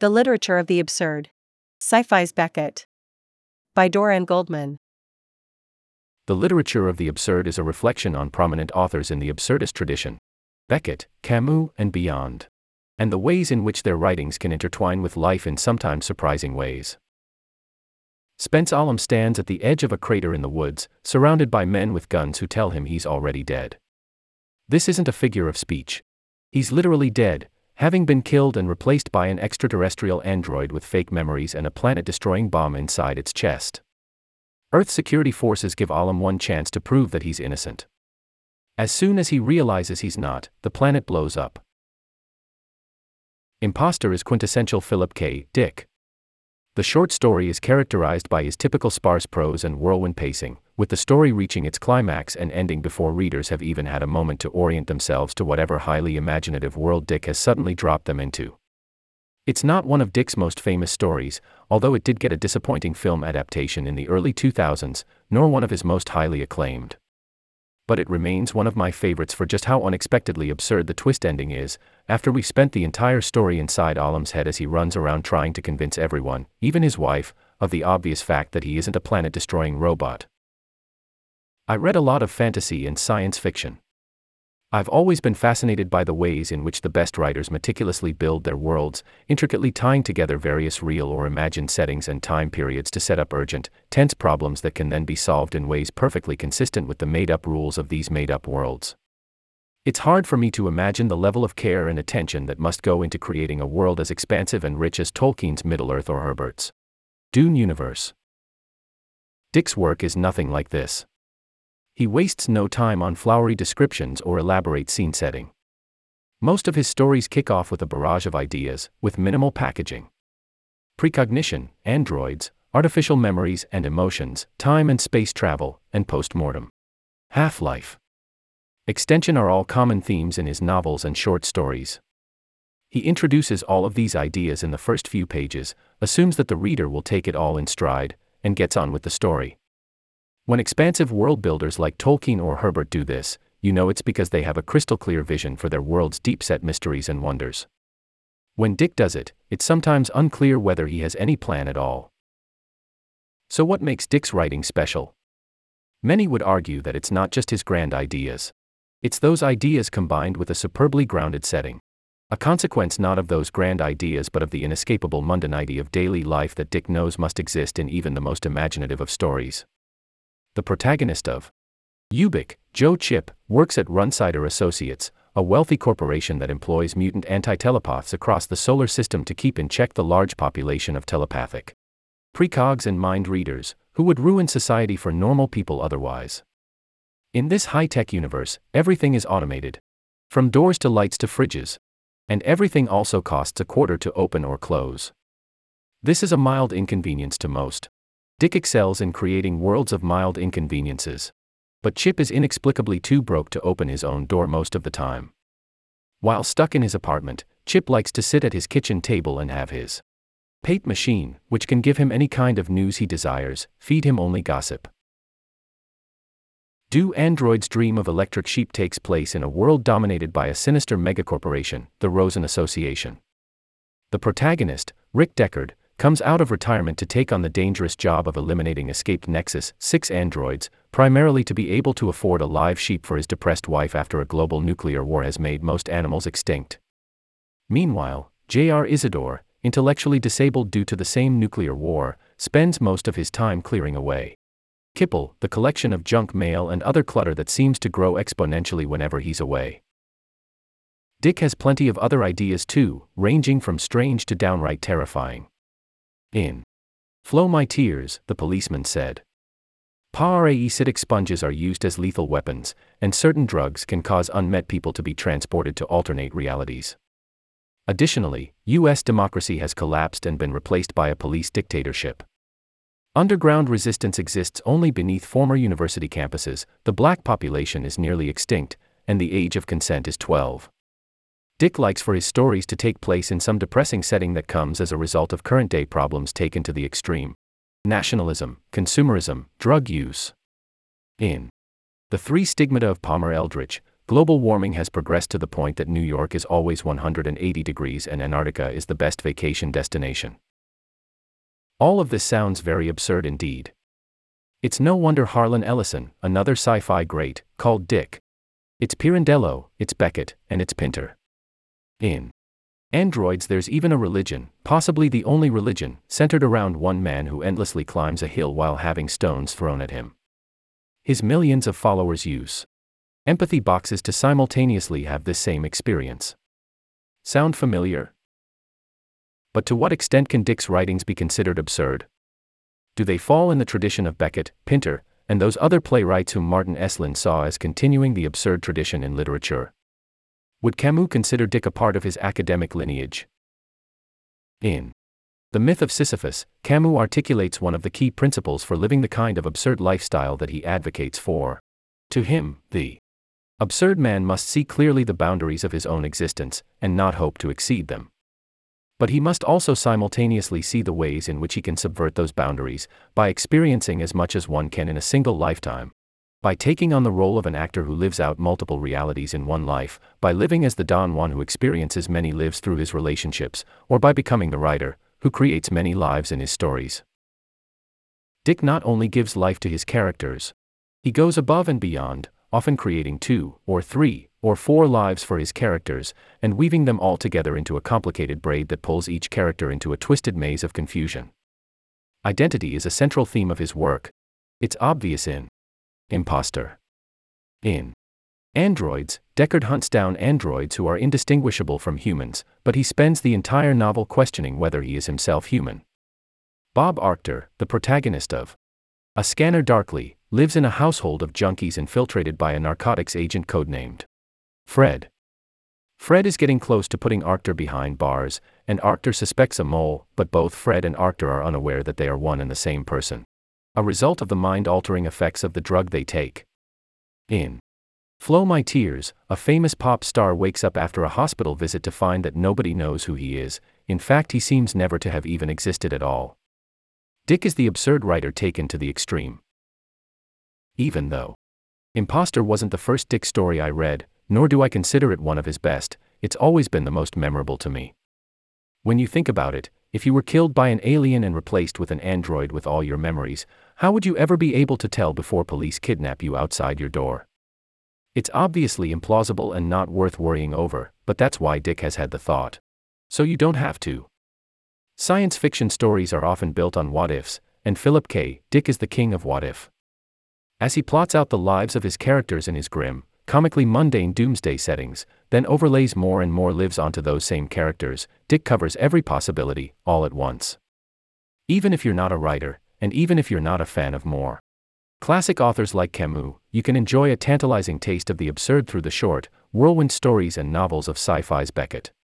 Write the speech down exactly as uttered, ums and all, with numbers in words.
The Literature of the Absurd. Sci-Fi's Beckett. By Doran Goldman. The literature of the absurd is a reflection on prominent authors in the absurdist tradition, Beckett, Camus, and beyond, and the ways in which their writings can intertwine with life in sometimes surprising ways. Spence Olam stands at the edge of a crater in the woods, surrounded by men with guns who tell him he's already dead. This isn't a figure of speech. He's literally dead, having been killed and replaced by an extraterrestrial android with fake memories and a planet-destroying bomb inside its chest. Earth security forces give Olam one chance to prove that he's innocent. As soon as he realizes he's not, the planet blows up. Imposter is quintessential Philip K. Dick. The short story is characterized by his typical sparse prose and whirlwind pacing, with the story reaching its climax and ending before readers have even had a moment to orient themselves to whatever highly imaginative world Dick has suddenly dropped them into. It's not one of Dick's most famous stories, although it did get a disappointing film adaptation in the early two thousands, nor one of his most highly acclaimed. But it remains one of my favorites for just how unexpectedly absurd the twist ending is, after we spent the entire story inside Olam's head as he runs around trying to convince everyone, even his wife, of the obvious fact that he isn't a planet-destroying robot. I read a lot of fantasy and science fiction. I've always been fascinated by the ways in which the best writers meticulously build their worlds, intricately tying together various real or imagined settings and time periods to set up urgent, tense problems that can then be solved in ways perfectly consistent with the made-up rules of these made-up worlds. It's hard for me to imagine the level of care and attention that must go into creating a world as expansive and rich as Tolkien's Middle-earth or Herbert's Dune universe. Dick's work is nothing like this. He wastes no time on flowery descriptions or elaborate scene setting. Most of his stories kick off with a barrage of ideas, with minimal packaging. Precognition, androids, artificial memories and emotions, time and space travel, and post-mortem. Half-life. Extension are all common themes in his novels and short stories. He introduces all of these ideas in the first few pages, assumes that the reader will take it all in stride, and gets on with the story. When expansive world builders like Tolkien or Herbert do this, you know it's because they have a crystal-clear vision for their world's deep-set mysteries and wonders. When Dick does it, it's sometimes unclear whether he has any plan at all. So what makes Dick's writing special? Many would argue that it's not just his grand ideas. It's those ideas combined with a superbly grounded setting. A consequence not of those grand ideas but of the inescapable mundanity of daily life that Dick knows must exist in even the most imaginative of stories. The protagonist of Ubik, Joe Chip, works at Runsider Associates, a wealthy corporation that employs mutant anti-telepaths across the solar system to keep in check the large population of telepathic precogs and mind readers, who would ruin society for normal people otherwise. In this high-tech universe, everything is automated. From doors to lights to fridges. And everything also costs a quarter to open or close. This is a mild inconvenience to most. Dick excels in creating worlds of mild inconveniences. But Chip is inexplicably too broke to open his own door most of the time. While stuck in his apartment, Chip likes to sit at his kitchen table and have his Pate machine, which can give him any kind of news he desires, feed him only gossip. Do Androids Dream of Electric Sheep takes place in a world dominated by a sinister megacorporation, the Rosen Association. The protagonist, Rick Deckard, comes out of retirement to take on the dangerous job of eliminating escaped Nexus six androids, primarily to be able to afford a live sheep for his depressed wife after a global nuclear war has made most animals extinct. Meanwhile, J R Isidore, intellectually disabled due to the same nuclear war, spends most of his time clearing away Kipple, the collection of junk mail and other clutter that seems to grow exponentially whenever he's away. Dick has plenty of other ideas too, ranging from strange to downright terrifying. In Flow My Tears, the policeman said, Paraecitic sponges are used as lethal weapons, and certain drugs can cause unmet people to be transported to alternate realities. Additionally, U S democracy has collapsed and been replaced by a police dictatorship. Underground resistance exists only beneath former university campuses, the black population is nearly extinct, and the age of consent is twelve. Dick likes for his stories to take place in some depressing setting that comes as a result of current-day problems taken to the extreme. Nationalism, consumerism, drug use. In The Three Stigmata of Palmer Eldritch, global warming has progressed to the point that New York is always one hundred eighty degrees and Antarctica is the best vacation destination. All of this sounds very absurd indeed. It's no wonder Harlan Ellison, another sci-fi great, called Dick. It's Pirandello, it's Beckett, and it's Pinter. In Androids there's even a religion, possibly the only religion, centered around one man who endlessly climbs a hill while having stones thrown at him. His millions of followers use empathy boxes to simultaneously have this same experience. Sound familiar? But to what extent can Dick's writings be considered absurd? Do they fall in the tradition of Beckett, Pinter, and those other playwrights whom Martin Esslin saw as continuing the absurd tradition in literature? Would Camus consider Dick a part of his academic lineage? In The Myth of Sisyphus, Camus articulates one of the key principles for living the kind of absurd lifestyle that he advocates for. To him, the absurd man must see clearly the boundaries of his own existence, and not hope to exceed them. But he must also simultaneously see the ways in which he can subvert those boundaries, by experiencing as much as one can in a single lifetime, by taking on the role of an actor who lives out multiple realities in one life, by living as the Don Juan who experiences many lives through his relationships, or by becoming the writer, who creates many lives in his stories. Dick not only gives life to his characters, he goes above and beyond, often creating two, or three, or four lives for his characters, and weaving them all together into a complicated braid that pulls each character into a twisted maze of confusion. Identity is a central theme of his work. It's obvious in Imposter. In Androids, Deckard hunts down androids who are indistinguishable from humans, but he spends the entire novel questioning whether he is himself human. Bob Arctor, the protagonist of A Scanner Darkly, lives in a household of junkies infiltrated by a narcotics agent codenamed Fred. Fred is getting close to putting Arctor behind bars, and Arctor suspects a mole, but both Fred and Arctor are unaware that they are one and the same person, a result of the mind-altering effects of the drug they take. In Flow My Tears, a famous pop star wakes up after a hospital visit to find that nobody knows who he is. In fact, he seems never to have even existed at all. Dick is the absurd writer taken to the extreme. Even though Imposter wasn't the first Dick story I read, nor do I consider it one of his best, it's always been the most memorable to me. When you think about it, if you were killed by an alien and replaced with an android with all your memories, how would you ever be able to tell before police kidnap you outside your door? It's obviously implausible and not worth worrying over, but that's why Dick has had the thought. So you don't have to. Science fiction stories are often built on what-ifs, and Philip K. Dick is the king of what-if. As he plots out the lives of his characters in his grim, comically mundane doomsday settings, then overlays more and more lives onto those same characters, Dick covers every possibility, all at once. Even if you're not a writer, and even if you're not a fan of more classic authors like Camus, you can enjoy a tantalizing taste of the absurd through the short, whirlwind stories and novels of sci-fi's Beckett.